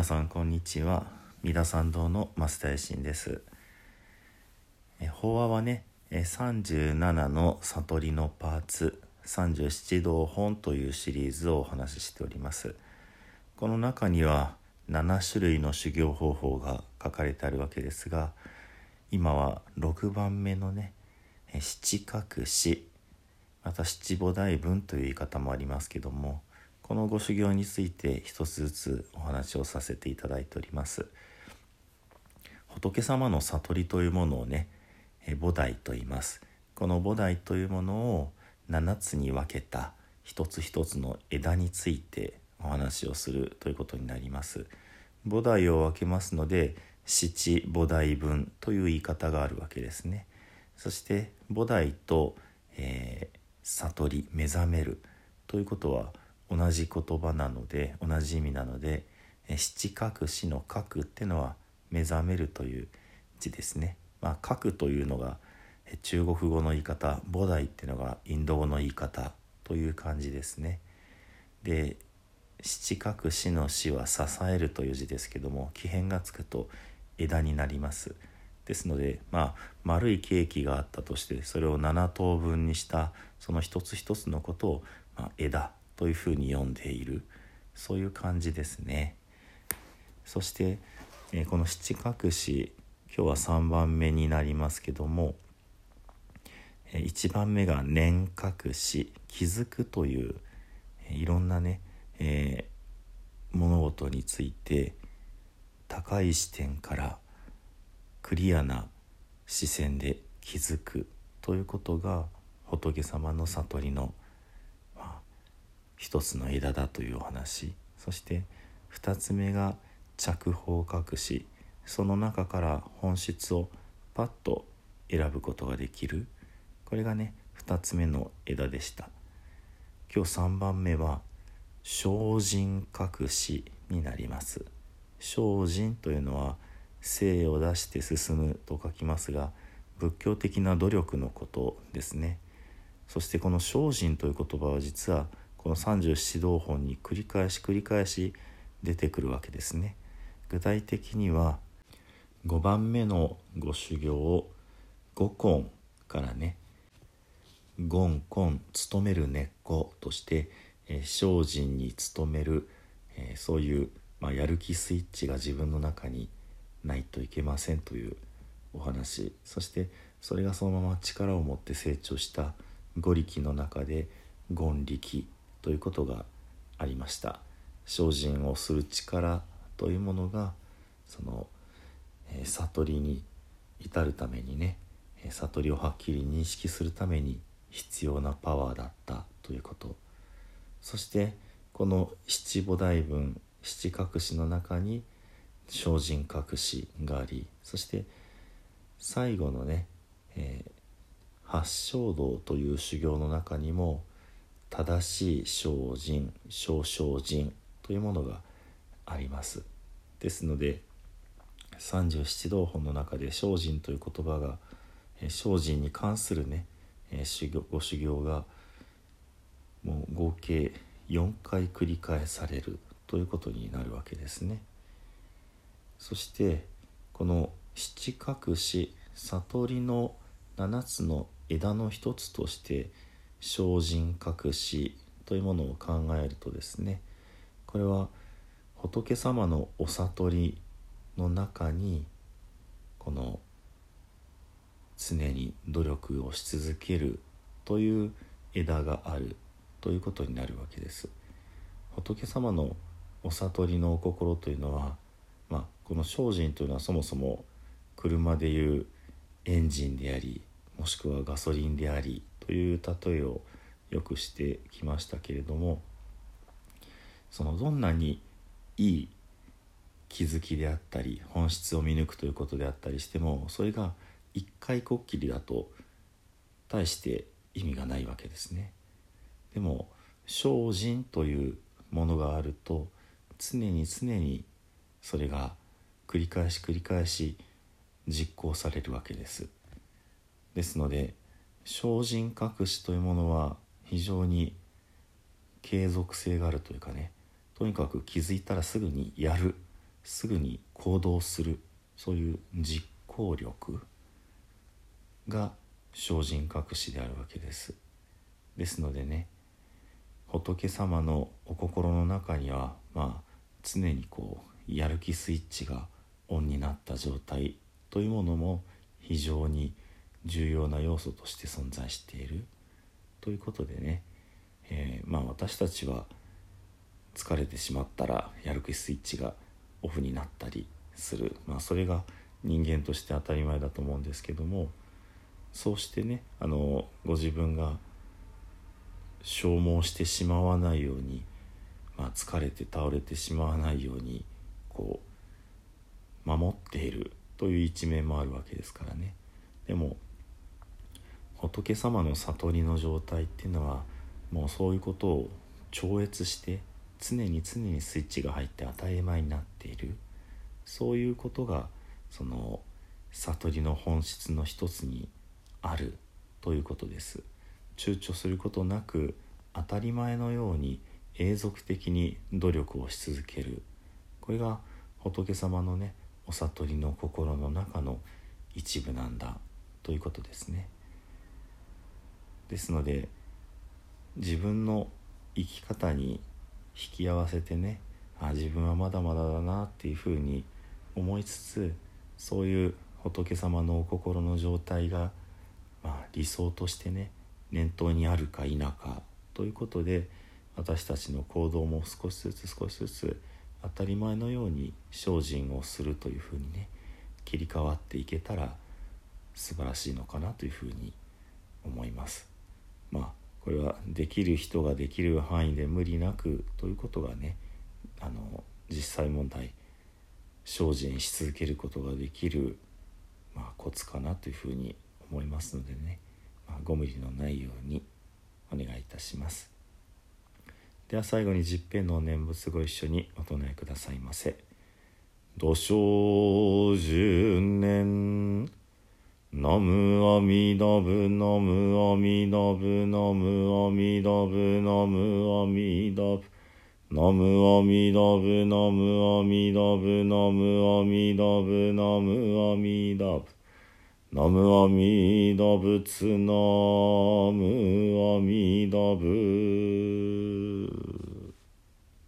皆さんこんにちは。三田参道の増田衛進です。法話はね、37の悟りのパーツ37道本というシリーズをお話ししております。この中には7種類の修行方法が書かれてあるわけですが、今は6番目のね、七隠し、また七菩提分という言い方もありますけども、このご修行について一つずつお話をさせていただいております。仏様の悟りというものをね、菩提と言います。この菩提というものを7つに分けた一つ一つの枝についてお話をするということになります。菩提を分けますので、七菩提分という言い方があるわけですね。そして菩提と、悟り、目覚めるということは同じ言葉なので、同じ意味なので、七隠しの隠っていうのは目覚めるという字ですね。隠というのが中国語の言い方、菩提っていうのがインド語の言い方という感じですね。で、七隠しのしは支えるという字ですけども、木偏がつくと枝になります。ですので、丸いケーキがあったとして、それを7等分にしたその一つ一つのことを、枝というふうに読んでいる、そういう感じですね。そして、この七隠し、今日は3番目になりますけども、1番目が念隠し、気づくという、いろんなね、物事について高い視点からクリアな視線で気づくということが仏様の悟りの、一つの枝だというお話。そして2つ目が着法隠し、その中から本質をパッと選ぶことができる、これがね2つ目の枝でした。今日3番目は精進隠しになります。精進というのは精を出して進むと書きますが、仏教的な努力のことですね。そしてこの精進という言葉は実はこの37道本に繰り返し出てくるわけですね。具体的には5番目のご修行を五根からね、言根、努める根っことして、精進に努める、そういう、やる気スイッチが自分の中にないといけませんというお話。そしてそれがそのまま力を持って成長した五力の中で言力ということがありました。精進をする力というものがその、悟りに至るためにね、悟りをはっきり認識するために必要なパワーだったということ。そしてこの七菩提分、七隠しの中に精進隠しがあり、そして最後のね、八正道という修行の中にも正しい精進、正精進というものがあります。ですので37道本の中で精進という言葉が、精進に関するね、ご修行がもう合計4回繰り返されるということになるわけですね。そしてこの七隠し、悟りの7つの枝の一つとして精進隠しというものを考えるとですね、これは仏様のお悟りの中にこの常に努力をし続けるという枝があるということになるわけです。仏様のお悟りのお心というのは、この精進というのはそもそも車でいうエンジンであり、もしくはガソリンでありという例えをよくしてきましたけれども、そのどんなにいい気づきであったり本質を見抜くということであったりしても、それが一回こっきりだと大して意味がないわけですね。でも精進というものがあると常にそれが繰り返し実行されるわけです。ですので精進隠しというものは非常に継続性があるというかね、とにかく気づいたらすぐにやるすぐに行動する、そういう実行力が精進隠しであるわけです。ですのでね、仏様のお心の中には、常にやる気スイッチがオンになった状態というものも非常に重要な要素として存在しているということでね、私たちは疲れてしまったらやる気スイッチがオフになったりする、それが人間として当たり前だと思うんですけども、そうしてね、ご自分が消耗してしまわないように、疲れて倒れてしまわないように守っているという一面もあるわけですからね。でも仏様の悟りの状態っていうのはもうそういうことを超越して常にスイッチが入って当たり前になっている、そういうことがその悟りの本質の一つにあるということです。躊躇することなく当たり前のように永続的に努力をし続ける、これが仏様のねお悟りの心の中の一部なんだということですね。ですので自分の生き方に引き合わせてね、自分はまだまだだなっていうふうに思いつつ、そういう仏様のお心の状態が、理想としてね念頭にあるか否かということで、私たちの行動も少しずつ当たり前のように精進をするというふうにね切り替わっていけたら素晴らしいのかなというふうに思います。これはできる人ができる範囲で無理なくということがね、実際問題精進し続けることができる、コツかなというふうに思いますのでね、ご無理のないようにお願いいたします。では最後に十遍の念仏ご一緒にお唱えくださいませ。土生十年ナムアミダブナムアミダブナムアミダブナムアミダブナムアミダブナムアミダブナムアミダブナムアミダブナムアミダブツナムアミダブ